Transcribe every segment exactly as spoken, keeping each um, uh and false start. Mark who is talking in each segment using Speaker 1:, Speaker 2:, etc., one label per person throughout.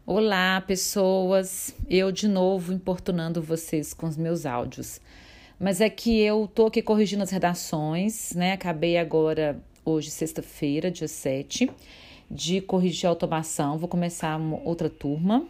Speaker 1: Olá, pessoas. Eu de novo importunando vocês com os meus áudios. Mas é que eu tô aqui corrigindo as redações, né? Acabei agora, hoje, sexta-feira, dia sete, de corrigir a automação. Vou começar uma outra turma,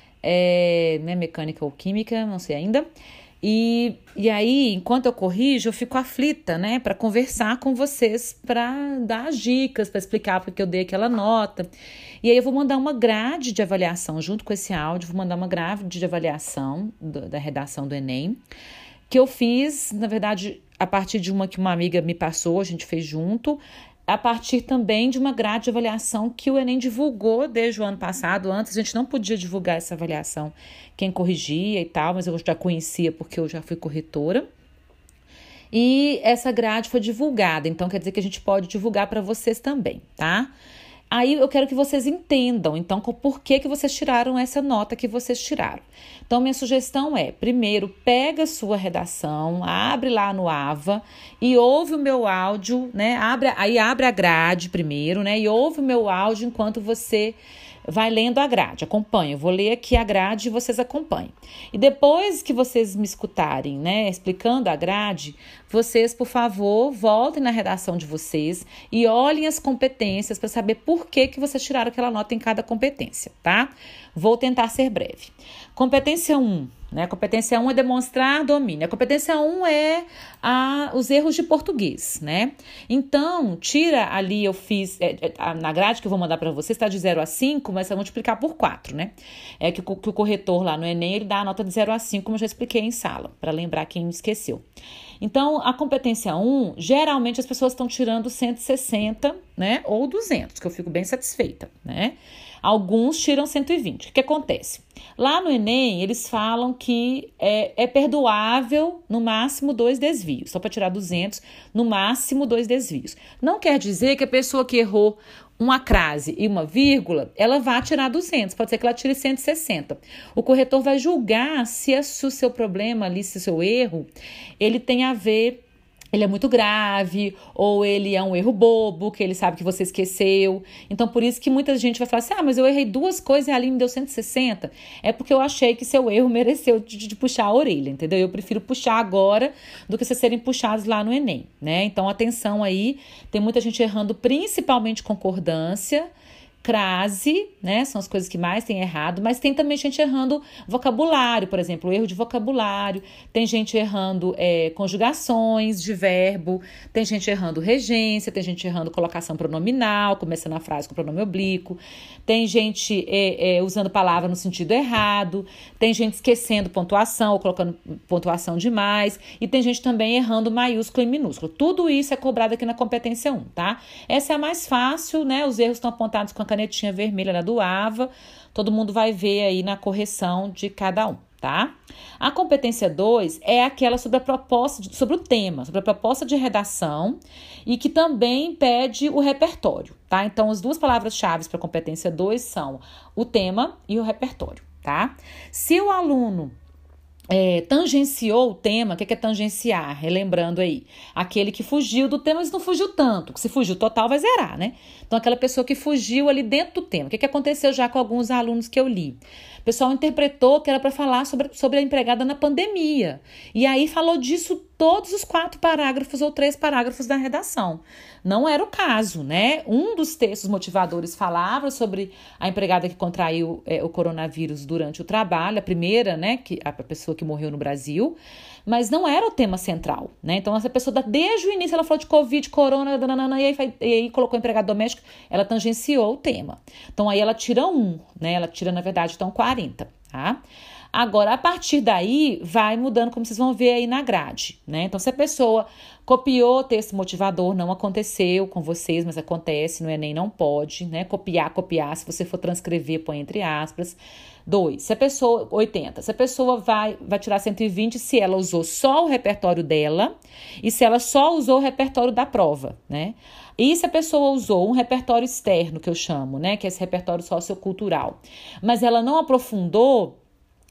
Speaker 1: é, né? Mecânica ou química, não sei ainda. E, e aí, enquanto eu corrijo, eu fico aflita, né? Para conversar com vocês, para dar as dicas, para explicar porque eu dei aquela nota. E aí eu vou mandar uma grade de avaliação junto com esse áudio, vou mandar uma grade de avaliação do, da redação do Enem, que eu fiz, na verdade, a partir de uma que uma amiga me passou, a gente fez junto, a partir também de uma grade de avaliação que o Enem divulgou desde o ano passado. Antes a gente não podia divulgar essa avaliação, quem corrigia e tal, mas eu já conhecia porque eu já fui corretora. E essa grade foi divulgada, então quer dizer que a gente pode divulgar para vocês também, tá? Aí eu quero que vocês entendam, então, por que que vocês tiraram essa nota que vocês tiraram. Então, minha sugestão é, primeiro, pega a sua redação, abre lá no Ava e ouve o meu áudio, né? Abre, aí abre a grade primeiro, né? E ouve o meu áudio enquanto você vai lendo a grade, acompanha. Eu vou ler aqui a grade e vocês acompanhem. E depois que vocês me escutarem, né, explicando a grade, vocês, por favor, voltem na redação de vocês e olhem as competências para saber por que que vocês tiraram aquela nota em cada competência, tá? Vou tentar ser breve. Competência um, né? Competência um é demonstrar domínio. A competência um é a, os erros de português, né? Então, tira ali, eu fiz, é, é, na grade que eu vou mandar para vocês, está de zero a cinco, mas eu vou multiplicar por quatro, né? É que, que o corretor lá no Enem, ele dá a nota de zero a cinco, como eu já expliquei em sala, para lembrar quem esqueceu. Então, a competência um, geralmente as pessoas estão tirando cento e sessenta, né? Ou duzentos, que eu fico bem satisfeita, né? Alguns tiram cento e vinte. O que acontece? Lá no Enem, eles falam que é, é perdoável no máximo dois desvios. Só para tirar duzentos, no máximo dois desvios. Não quer dizer que a pessoa que errou uma crase e uma vírgula, ela vai tirar duzentos. Pode ser que ela tire cento e sessenta. O corretor vai julgar se, a, se o seu problema ali, se o seu erro, ele tem a ver... ele é muito grave, ou ele é um erro bobo, que ele sabe que você esqueceu. Então, por isso que muita gente vai falar assim, ah, mas eu errei duas coisas e a Aline me deu cento e sessenta. É porque eu achei que seu erro mereceu de, de puxar a orelha, entendeu? Eu prefiro puxar agora do que vocês serem puxados lá no Enem, né? Então, atenção aí, tem muita gente errando principalmente concordância, crase, né? São as coisas que mais tem errado, mas tem também gente errando vocabulário, por exemplo, o erro de vocabulário, tem gente errando é, conjugações de verbo, tem gente errando regência, tem gente errando colocação pronominal, começando a frase com pronome oblíquo, tem gente é, é, usando palavra no sentido errado, tem gente esquecendo pontuação ou colocando pontuação demais, e tem gente também errando maiúsculo e minúsculo. Tudo isso é cobrado aqui na competência um, tá? Essa é a mais fácil, né? Os erros estão apontados com a canetinha vermelha lá do Ava, todo mundo vai ver aí na correção de cada um, tá? A competência dois é aquela sobre a proposta, de, sobre o tema, sobre a proposta de redação e que também pede o repertório, tá? Então, as duas palavras-chave para a competência dois são o tema e o repertório, tá? Se o aluno É, tangenciou o tema, o que é tangenciar? Relembrando aí, aquele que fugiu do tema, mas não fugiu tanto, que se fugiu total vai zerar, né? Então, aquela pessoa que fugiu ali dentro do tema. O que, que aconteceu já com alguns alunos que eu li? O pessoal interpretou que era para falar sobre, sobre a empregada na pandemia. E aí falou disso todos os quatro parágrafos ou três parágrafos da redação. Não era o caso, né? Um dos textos motivadores falava sobre a empregada que contraiu é, o coronavírus durante o trabalho, a primeira, né, que, a pessoa que morreu no Brasil, mas não era o tema central, né? Então, essa pessoa, desde o início, ela falou de Covid, corona, dananana, e, aí, e aí colocou empregado doméstico, ela tangenciou o tema. Então, aí ela tira um, né? Ela tira, na verdade, então, quarenta, tá? Agora, a partir daí, vai mudando, como vocês vão ver aí na grade, né? Então, se a pessoa copiou o texto motivador, não aconteceu com vocês, mas acontece, no Enem não pode, né? Copiar, copiar, se você for transcrever, põe entre aspas. Dois, se a pessoa, oitenta, se a pessoa vai, vai tirar cento e vinte se ela usou só o repertório dela e se ela só usou o repertório da prova, né? E se a pessoa usou um repertório externo, que eu chamo, né? Que é esse repertório sociocultural, mas ela não aprofundou,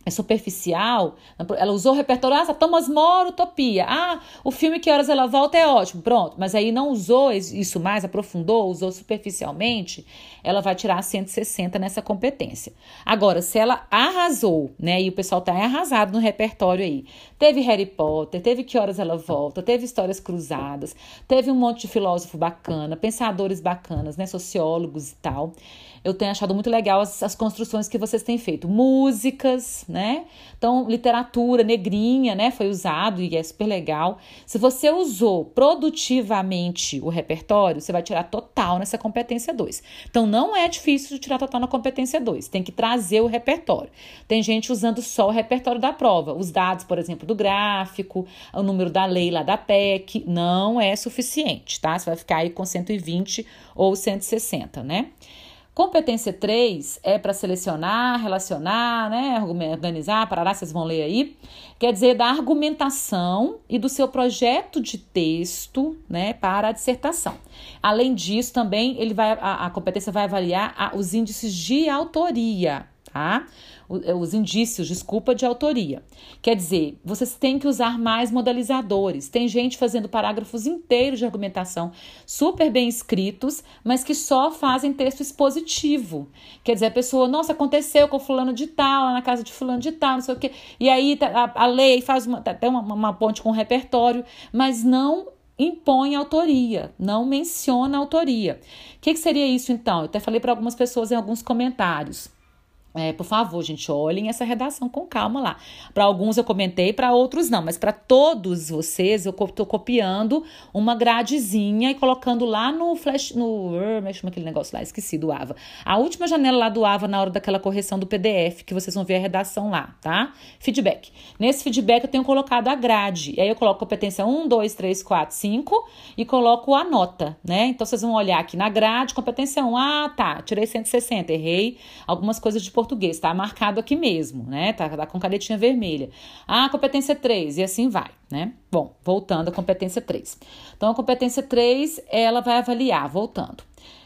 Speaker 1: é superficial, ela usou o repertório, ah, Thomas More, Utopia, ah, o filme Que Horas Ela Volta é ótimo, pronto, mas aí não usou isso mais, aprofundou, usou superficialmente, ela vai tirar cento e sessenta nessa competência. Agora, se ela arrasou, né, e o pessoal tá arrasado no repertório aí, teve Harry Potter, teve Que Horas Ela Volta, teve Histórias Cruzadas, teve um monte de filósofo bacana, pensadores bacanas, né, sociólogos e tal. Eu tenho achado muito legal as, as construções que vocês têm feito. Músicas, né? Então, literatura negrinha, né? Foi usado e é super legal. Se você usou produtivamente o repertório, você vai tirar total nessa competência dois. Então, não é difícil de tirar total na competência dois. Tem que trazer o repertório. Tem gente usando só o repertório da prova. Os dados, por exemplo, do gráfico, o número da lei lá da P E C, não é suficiente, tá? Você vai ficar aí com cento e vinte ou cento e sessenta, né? Competência três é para selecionar, relacionar, né, organizar, parará, vocês vão ler aí. Quer dizer, da argumentação e do seu projeto de texto, né, para a dissertação. Além disso, também ele vai, a, a competência vai avaliar a, os índices de autoria, tá? Os indícios, desculpa, de autoria. Quer dizer, vocês têm que usar mais modalizadores. Tem gente fazendo parágrafos inteiros de argumentação super bem escritos, mas que só fazem texto expositivo. Quer dizer, a pessoa, nossa, aconteceu com fulano de tal, lá na casa de fulano de tal, não sei o quê. E aí a, a lei faz uma, até uma, uma ponte com o repertório, mas não impõe autoria, não menciona autoria. O que, que seria isso, então? Eu até falei para algumas pessoas em alguns comentários. É, por favor, gente, olhem essa redação com calma lá. Para alguns eu comentei, para outros não, mas para todos vocês eu estou copiando uma gradezinha e colocando lá no flash, no, como é que chama aquele negócio lá? Esqueci, do Ava. A última janela lá do Ava na hora daquela correção do P D F, que vocês vão ver a redação lá, tá? Feedback. Nesse feedback eu tenho colocado a grade, e aí eu coloco competência um, dois, três, quatro, cinco e coloco a nota, né? Então vocês vão olhar aqui na grade, competência um, ah, tá, tirei cento e sessenta, errei algumas coisas de português. Português, tá marcado aqui mesmo, né? Tá, tá com canetinha vermelha. Ah, competência três, e assim vai, né? Bom, voltando à competência três. Então, a competência três, ela vai avaliar, voltando.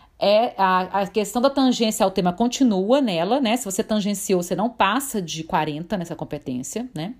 Speaker 1: É, a, a questão da tangência ao tema continua nela, né? Se você tangenciou, você não passa de quarenta nessa competência, né?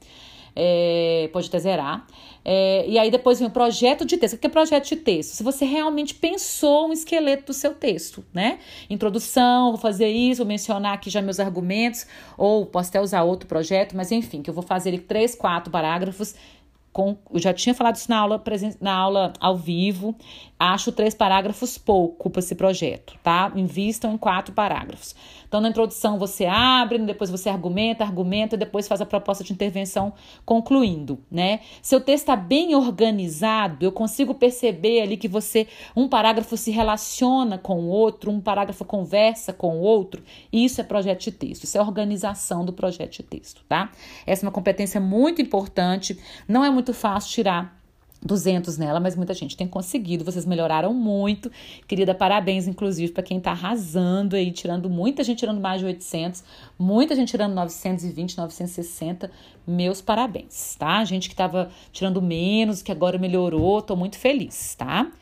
Speaker 1: É, pode até zerar. É, e aí depois vem o projeto de texto. O que é projeto de texto? Se você realmente pensou um esqueleto do seu texto, né? Introdução, vou fazer isso, vou mencionar aqui já meus argumentos, ou posso até usar outro projeto, mas enfim, que eu vou fazer três, quatro parágrafos. Com, eu já tinha falado isso na aula, na aula ao vivo. Acho três parágrafos pouco para esse projeto, tá? Invistam em quatro parágrafos. Então, na introdução você abre, depois você argumenta, argumenta, depois faz a proposta de intervenção concluindo, né? Seu texto está bem organizado, eu consigo perceber ali que você, um parágrafo se relaciona com o outro, um parágrafo conversa com o outro. Isso é projeto de texto, isso é organização do projeto de texto, tá? Essa é uma competência muito importante, não é muito fácil tirar duzentos nela, mas muita gente tem conseguido, vocês melhoraram muito, queria dar parabéns, inclusive, para quem tá arrasando aí, tirando, muita gente tirando mais de oitocentos, muita gente tirando novecentos e vinte, novecentos e sessenta, meus parabéns, tá? Gente que tava tirando menos, que agora melhorou, tô muito feliz, tá?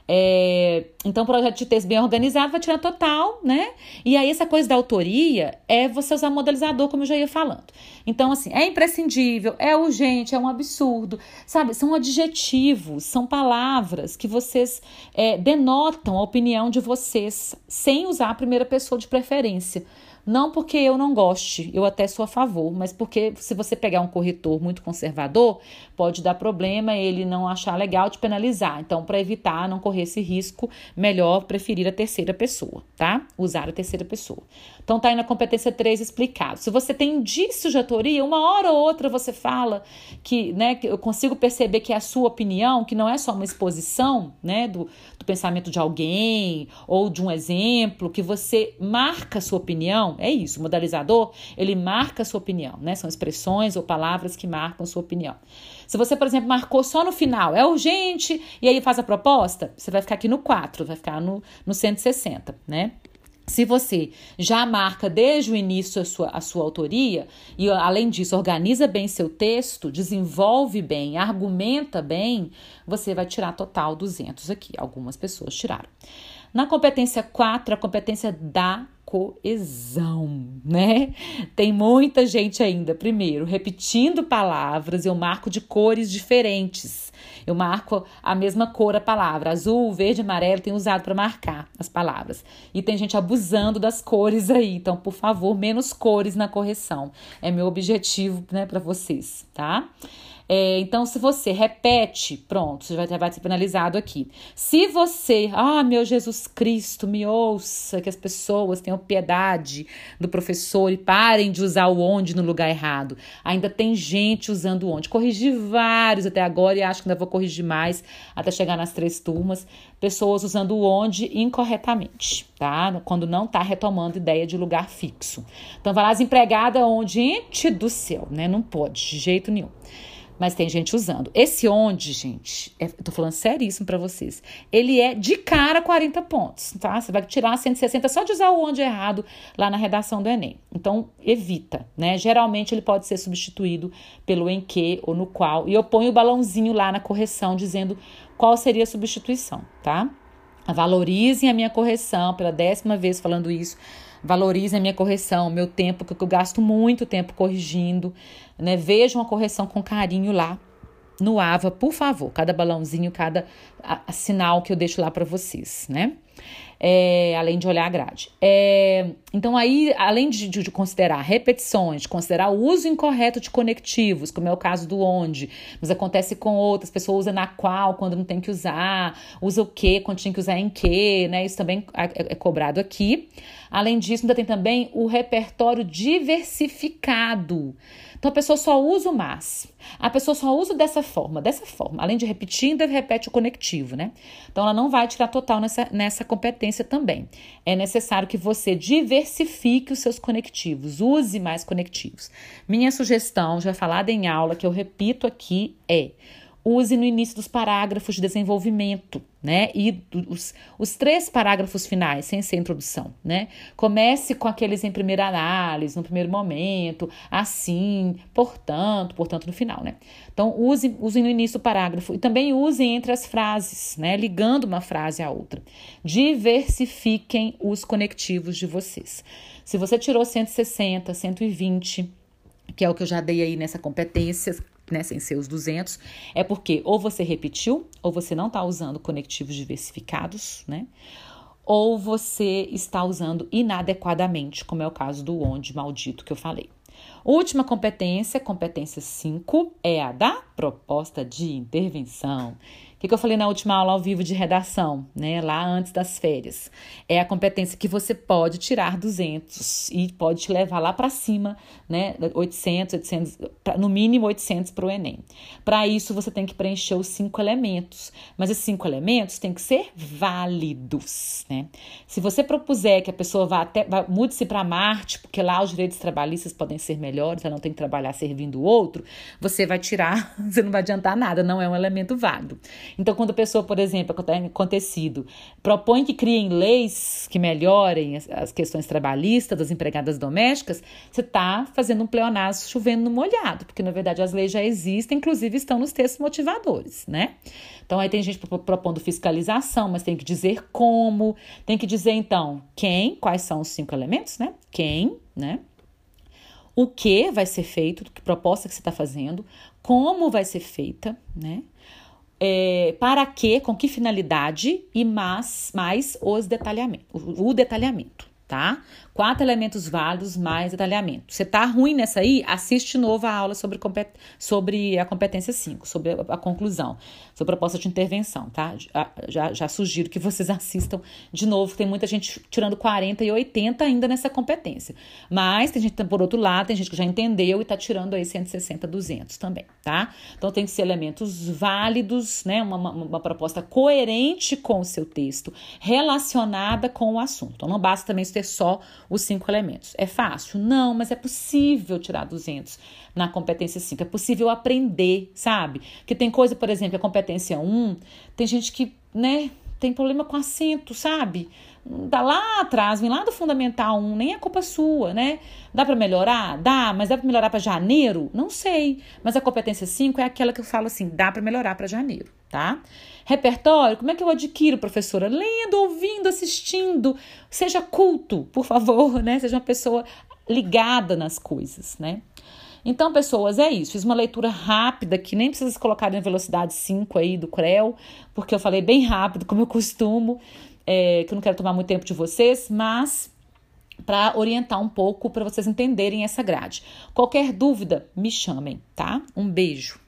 Speaker 1: É, então, o projeto de texto bem organizado vai tirar total, né? E aí, essa coisa da autoria é você usar modelizador, como eu já ia falando. Então, assim, é imprescindível, é urgente, é um absurdo, sabe? São adjetivos, são palavras que vocês é, denotam a opinião de vocês, sem usar a primeira pessoa de preferência. Não porque eu não goste, eu até sou a favor, mas porque se você pegar um corretor muito conservador, pode dar problema, ele não achar legal te penalizar. Então, para evitar não correr esse risco, melhor preferir a terceira pessoa, tá? Usar a terceira pessoa. Então, tá aí na competência três explicado. Se você tem indícios de autoria, uma hora ou outra você fala que, né, que eu consigo perceber que é a sua opinião, que não é só uma exposição, né, do, do pensamento de alguém ou de um exemplo, que você marca a sua opinião. É isso, o modalizador, ele marca a sua opinião, né? São expressões ou palavras que marcam a sua opinião. Se você, por exemplo, marcou só no final, é urgente, e aí faz a proposta, você vai ficar aqui no quatro, vai ficar no, no cento e sessenta, né? Se você já marca desde o início a sua, a sua autoria e, além disso, organiza bem seu texto, desenvolve bem, argumenta bem, você vai tirar total duzentos aqui. Algumas pessoas tiraram. Na competência quatro, a competência da coesão, né? Tem muita gente ainda, primeiro, repetindo palavras, eu marco de cores diferentes. Eu marco a mesma cor a palavra, azul, verde, amarelo, tenho usado para marcar as palavras. E tem gente abusando das cores aí, então, por favor, menos cores na correção. É meu objetivo, né, para vocês, tá? É, então, se você repete, pronto, você vai, vai ser penalizado aqui. Se você, ah, meu Jesus Cristo, me ouça, que as pessoas tenham piedade do professor e parem de usar o onde no lugar errado. Ainda tem gente usando o onde. Corrigi vários até agora e acho que ainda vou corrigir mais até chegar nas três turmas. Pessoas usando o onde incorretamente, tá? Quando não tá retomando ideia de lugar fixo. Então, vai lá, as empregadas onde, gente do céu, né? Não pode, de jeito nenhum. Mas tem gente usando. Esse onde, gente, é, eu tô falando seríssimo pra vocês, ele é de cara quarenta pontos, tá? Você vai tirar cento e sessenta só de usar o onde errado lá na redação do Enem. Então, evita, né? Geralmente ele pode ser substituído pelo em que ou no qual. E eu ponho o balãozinho lá na correção dizendo qual seria a substituição, tá? Valorizem a minha correção, pela décima vez falando isso. Valorizem a minha correção, meu tempo, que eu gasto muito tempo corrigindo, né? Vejam a correção com carinho lá no AVA, por favor. Cada balãozinho, cada a, a sinal que eu deixo lá para vocês, né? É, além de olhar a grade. É, então aí, além de, de considerar repetições, de considerar o uso incorreto de conectivos, como é o caso do onde, mas acontece com outras, pessoas usam na qual quando não tem que usar, usa o que quando tinha que usar em que, né? Isso também é, é cobrado aqui. Além disso, ainda tem também o repertório diversificado. Então, a pessoa só usa o mas. A pessoa só usa dessa forma, dessa forma. Além de repetir, ainda repete o conectivo, né? Então, ela não vai tirar total nessa, nessa competência também. É necessário que você diversifique os seus conectivos, use mais conectivos. Minha sugestão, já falada em aula, que eu repito aqui, é: use no início dos parágrafos de desenvolvimento, né? E os, os três parágrafos finais, sem ser introdução, né? Comece com aqueles em primeira análise, no primeiro momento, assim, portanto, portanto no final, né? Então, use, use no início do parágrafo e também use entre as frases, né? Ligando uma frase à outra. Diversifiquem os conectivos de vocês. Se você tirou cento e sessenta, cento e vinte, que é o que eu já dei aí nessa competência, né, sem ser os duzentos, é porque ou você repetiu, ou você não está usando conectivos diversificados, né? Ou você está usando inadequadamente, como é o caso do onde maldito que eu falei. Última competência, competência cinco, é a da proposta de intervenção. O que, que eu falei na última aula ao vivo de redação, né? Lá antes das férias. É a competência que você pode tirar duzentos e pode te levar lá para cima, né? oitocentos, oitocentos, no mínimo oitocentos para o Enem. Para isso, você tem que preencher os cinco elementos. Mas esses cinco elementos têm que ser válidos, né? Se você propuser que a pessoa vá até, vá, mude-se para Marte, porque lá os direitos trabalhistas podem ser melhores, ela não tem que trabalhar servindo o outro, você vai tirar, você não vai adiantar nada, não é um elemento válido. Então, quando a pessoa, por exemplo, acontecido, propõe que criem leis que melhorem as, as questões trabalhistas das empregadas domésticas, você está fazendo um pleonasmo chovendo no molhado, porque, na verdade, as leis já existem, inclusive estão nos textos motivadores, né? Então, aí tem gente propondo fiscalização, mas tem que dizer como, tem que dizer, então, quem, quais são os cinco elementos, né? Quem, né? O que vai ser feito, que proposta que você está fazendo, como vai ser feita, né? É, para que, com que finalidade e mais, mais os detalhamento, o, o detalhamento, tá? Quatro elementos válidos mais detalhamento. Você tá ruim nessa aí? Assiste de novo a aula sobre, compet... sobre a competência cinco, sobre a, a conclusão, sobre a proposta de intervenção, tá? Já, já, já sugiro que vocês assistam de novo, tem muita gente tirando quarenta e oitenta ainda nessa competência. Mas tem gente, por outro lado, tem gente que já entendeu e tá tirando aí cento e sessenta, duzentos também, tá? Então tem que ser elementos válidos, né? Uma, uma, uma proposta coerente com o seu texto, relacionada com o assunto. Então não basta também ter só os cinco elementos. É fácil? Não, mas é possível tirar duzentos na competência cinco. É possível aprender, sabe? Porque tem coisa, por exemplo, a competência um, tem gente que, né, tem problema com acento, sabe? Tá lá atrás, vem lá do Fundamental um, nem é culpa sua, né? Dá para melhorar? Dá, mas dá para melhorar para janeiro? Não sei. Mas a competência cinco é aquela que eu falo assim, dá para melhorar para janeiro, tá? Repertório, como é que eu adquiro, professora? Lendo, ouvindo, assistindo. Seja culto, por favor, né? Seja uma pessoa ligada nas coisas, né? Então, pessoas, é isso. Fiz uma leitura rápida, que nem precisa se colocar em velocidade cinco aí do Creu, porque eu falei bem rápido, como eu costumo, é, que eu não quero tomar muito tempo de vocês, mas para orientar um pouco, para vocês entenderem essa grade. Qualquer dúvida, me chamem, tá? Um beijo.